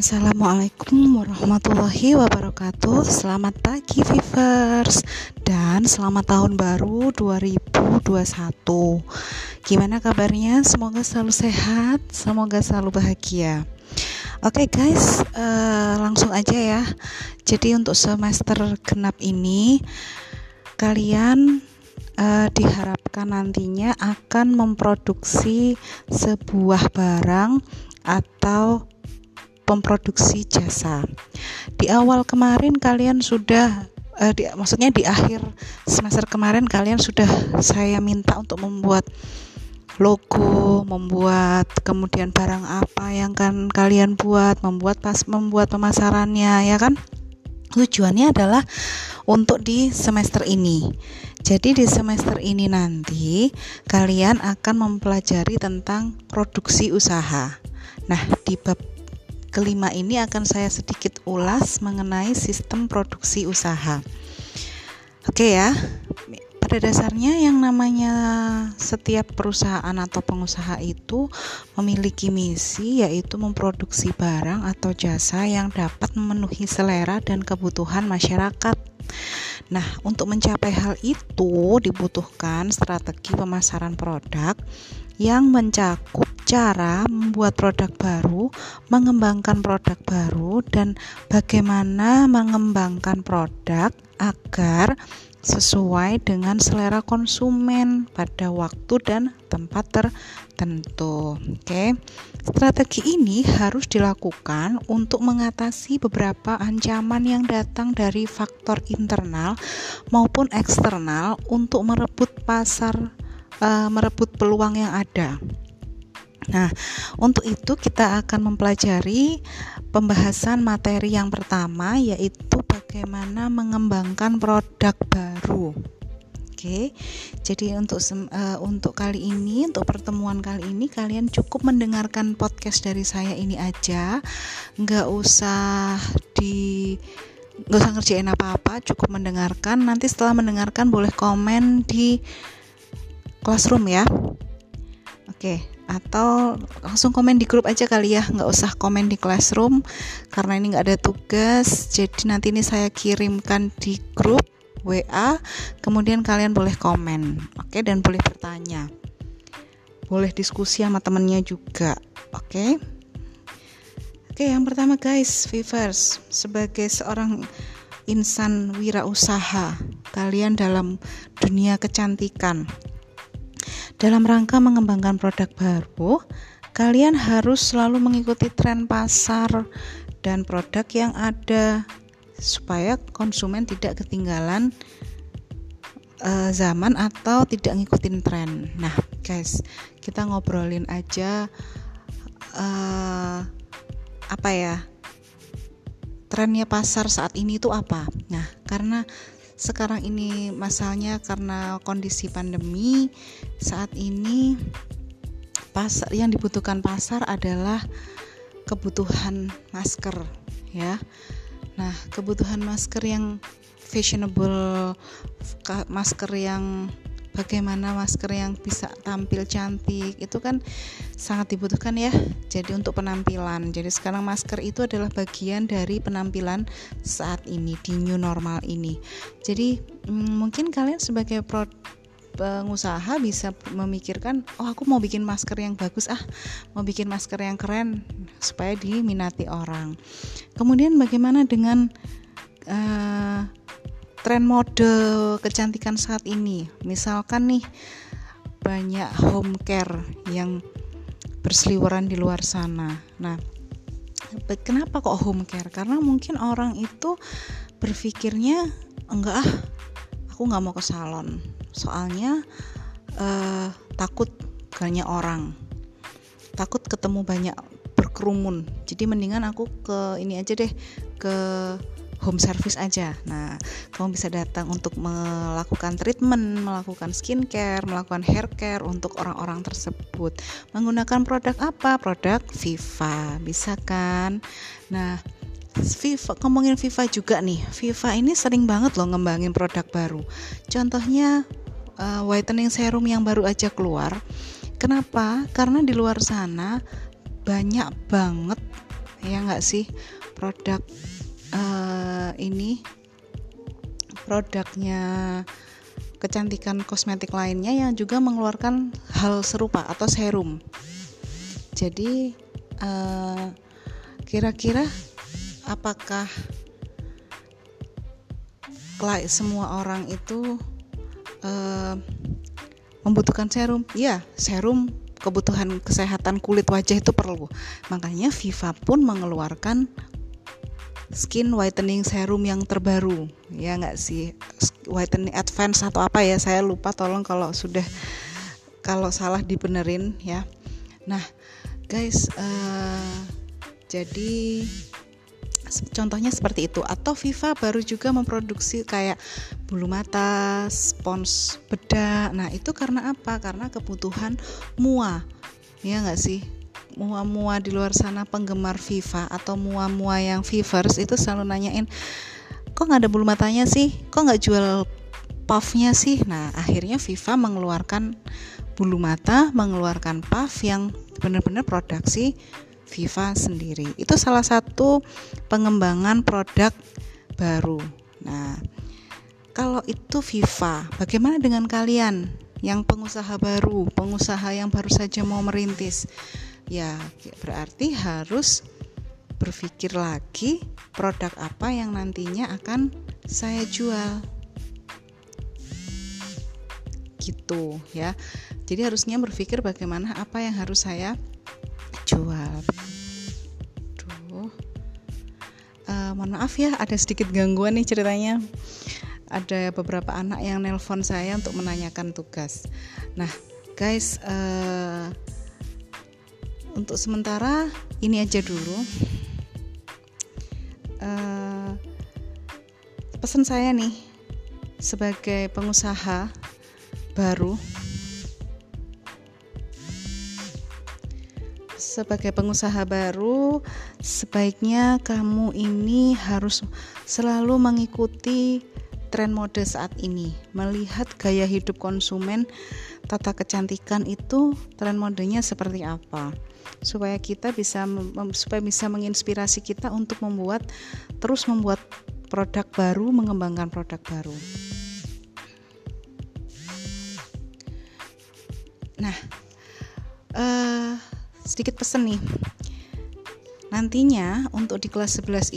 Assalamualaikum warahmatullahi wabarakatuh. Selamat pagi Vivers dan selamat tahun baru 2021. Gimana kabarnya? Semoga selalu sehat, semoga selalu bahagia. Oke guys, langsung aja ya. Jadi untuk semester genap ini kalian diharapkan nantinya akan memproduksi sebuah barang atau memproduksi jasa. Di awal kemarin kalian sudah di akhir semester kemarin kalian sudah saya minta untuk membuat logo, membuat kemudian barang apa yang kan kalian buat, membuat pemasarannya, ya kan? Tujuannya adalah untuk di semester ini. Jadi di semester ini nanti kalian akan mempelajari tentang produksi usaha. Nah, di bab kelima ini akan saya sedikit ulas mengenai sistem produksi usaha. Oke ya, pada dasarnya yang namanya setiap perusahaan atau pengusaha itu memiliki misi, yaitu memproduksi barang atau jasa yang dapat memenuhi selera dan kebutuhan masyarakat. Nah, untuk mencapai hal itu dibutuhkan strategi pemasaran produk yang mencakup cara membuat produk baru, mengembangkan produk baru, dan bagaimana mengembangkan produk agar sesuai dengan selera konsumen pada waktu dan tempat tertentu. Oke. Strategi ini harus dilakukan untuk mengatasi beberapa ancaman yang datang dari faktor internal maupun eksternal untuk merebut peluang yang ada. Nah, untuk itu kita akan mempelajari pembahasan materi yang pertama, yaitu bagaimana mengembangkan produk baru. Oke, jadi untuk kali ini, untuk pertemuan kali ini kalian cukup mendengarkan podcast dari saya ini aja, nggak usah ngerjain apa-apa, cukup mendengarkan. Nanti setelah mendengarkan boleh komen di Classroom ya. Oke, atau langsung komen di grup aja kali ya, nggak usah komen di Classroom karena ini nggak ada tugas. Jadi nanti ini saya kirimkan di grup WA, kemudian kalian boleh komen, oke, dan boleh bertanya, boleh diskusi sama temennya juga, oke. Oke, yang pertama guys, Vivers, sebagai seorang insan wirausaha, kalian dalam dunia kecantikan, dalam rangka mengembangkan produk baru, kalian harus selalu mengikuti tren pasar dan produk yang ada supaya konsumen tidak ketinggalan zaman atau tidak ngikutin tren. Nah, guys, kita ngobrolin aja trennya pasar saat ini itu apa. Nah, karena sekarang ini masalahnya karena kondisi pandemi saat ini yang dibutuhkan pasar adalah kebutuhan masker ya. Nah, kebutuhan masker yang fashionable, masker yang bagaimana masker yang bisa tampil cantik itu kan sangat dibutuhkan ya. Jadi untuk penampilan. Jadi sekarang masker itu adalah bagian dari penampilan saat ini di new normal ini. Jadi mungkin kalian sebagai pengusaha bisa memikirkan, oh aku mau bikin masker yang bagus, mau bikin masker yang keren supaya diminati orang. Kemudian bagaimana dengan tren mode kecantikan saat ini? Misalkan nih banyak home care yang berseliweran di luar sana. Nah, kenapa kok home care? Karena mungkin orang itu berpikirnya aku nggak mau ke salon. Soalnya takut banyak orang, takut ketemu banyak berkerumun. Jadi mendingan aku ke ini aja deh, ke home service aja. Nah, kamu bisa datang untuk melakukan treatment, melakukan skincare, melakukan hair care untuk orang-orang tersebut. Menggunakan produk apa? Produk Viva, bisa kan? Nah, ngomongin Viva juga nih. Viva ini sering banget loh ngembangin produk baru. Contohnya whitening serum yang baru aja keluar. Kenapa? Karena di luar sana banyak banget ya nggak sih, produk ini produknya kecantikan kosmetik lainnya yang juga mengeluarkan hal serupa atau serum. Jadi kira-kira apakah semua orang itu membutuhkan serum? Ya, serum kebutuhan kesehatan kulit wajah itu perlu. Makanya Viva pun mengeluarkan skin whitening serum yang terbaru, ya nggak sih, whitening advance atau apa ya, saya lupa, tolong kalau salah dibenerin ya. Nah guys, jadi contohnya seperti itu. Atau Viva baru juga memproduksi kayak bulu mata, spons bedak. Nah itu karena apa? Karena kebutuhan mua, ya nggak sih. Mua-mua di luar sana penggemar Viva atau mua-mua yang Vivers itu selalu nanyain, kok nggak ada bulu matanya sih, kok nggak jual puffnya sih. Nah akhirnya Viva mengeluarkan bulu mata, mengeluarkan puff yang benar-benar produksi Viva sendiri. Itu salah satu pengembangan produk baru. Nah kalau itu Viva, bagaimana dengan kalian yang pengusaha baru, pengusaha yang baru saja mau merintis? Ya berarti harus berpikir lagi produk apa yang nantinya akan saya jual, gitu ya. Jadi harusnya berpikir bagaimana apa yang harus saya jual. Mohon maaf ya, ada sedikit gangguan nih ceritanya. Ada beberapa anak yang nelpon saya untuk menanyakan tugas. Nah guys, untuk sementara ini aja dulu. Pesan saya nih sebagai pengusaha baru, sebaiknya kamu ini harus selalu mengikuti tren mode saat ini, melihat gaya hidup konsumen, tata kecantikan itu tren modenya seperti apa, supaya kita bisa menginspirasi kita untuk terus membuat produk baru, mengembangkan produk baru. Nah, sedikit pesan nih. Nantinya untuk di kelas 11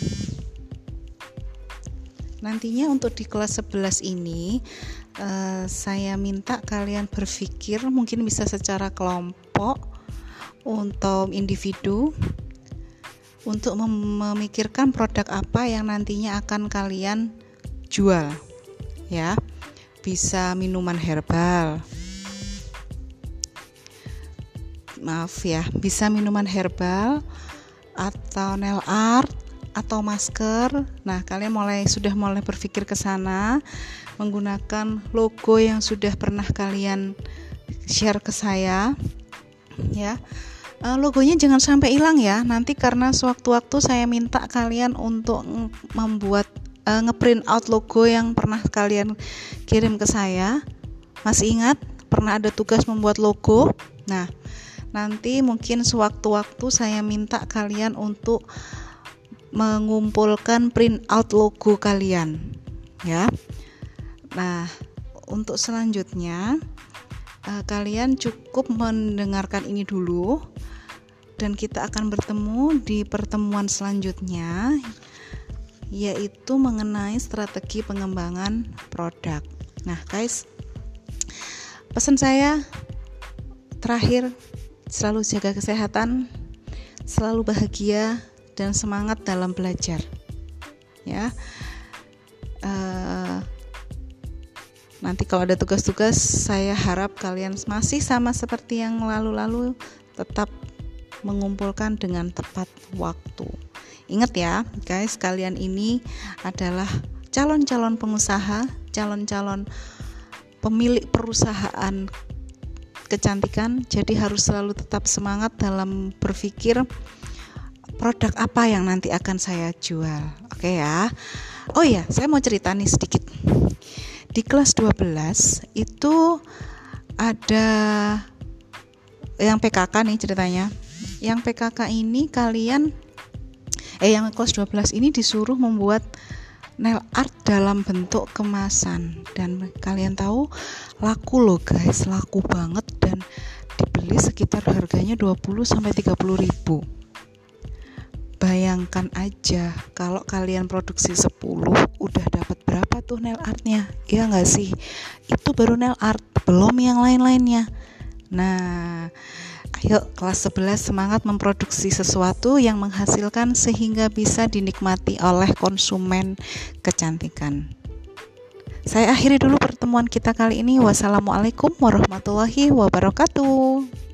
ini, saya minta kalian berpikir, mungkin bisa secara kelompok untuk individu, untuk memikirkan produk apa yang nantinya akan kalian jual, ya. Bisa minuman herbal, bisa minuman herbal atau nail art atau masker. Nah, kalian sudah mulai berpikir ke sana menggunakan logo yang sudah pernah kalian share ke saya, ya. Logonya jangan sampai hilang ya. Nanti karena sewaktu-waktu saya minta kalian untuk membuat ngeprint out logo yang pernah kalian kirim ke saya. Masih ingat pernah ada tugas membuat logo? Nah, nanti mungkin sewaktu-waktu saya minta kalian untuk mengumpulkan print out logo kalian, ya. Nah, untuk selanjutnya kalian cukup mendengarkan ini dulu, dan kita akan bertemu di pertemuan selanjutnya, yaitu mengenai strategi pengembangan produk. Nah guys, pesan saya terakhir, selalu jaga kesehatan, selalu bahagia, dan semangat dalam belajar, ya. Nanti kalau ada tugas-tugas, saya harap kalian masih sama seperti yang lalu-lalu, tetap mengumpulkan dengan tepat waktu. Ingat ya guys, kalian ini adalah calon-calon pengusaha, calon-calon pemilik perusahaan kecantikan, jadi harus selalu tetap semangat dalam berpikir produk apa yang nanti akan saya jual. Oke ya. Oh ya, saya mau cerita nih sedikit. Di kelas 12 itu ada yang PKK nih ceritanya. Yang PKK ini kalian yang kelas 12 ini disuruh membuat nail art dalam bentuk kemasan, dan kalian tahu laku loh guys, laku banget, dan dibeli sekitar harganya 20-30 ribu. Bayangkan aja kalau kalian produksi 10 udah dapat berapa tuh nail artnya, ya nggak sih? Itu baru nail art, belum yang lain-lainnya. Nah, ayo kelas 11 semangat memproduksi sesuatu yang menghasilkan sehingga bisa dinikmati oleh konsumen kecantikan. Saya akhiri dulu pertemuan kita kali ini. Wassalamualaikum warahmatullahi wabarakatuh.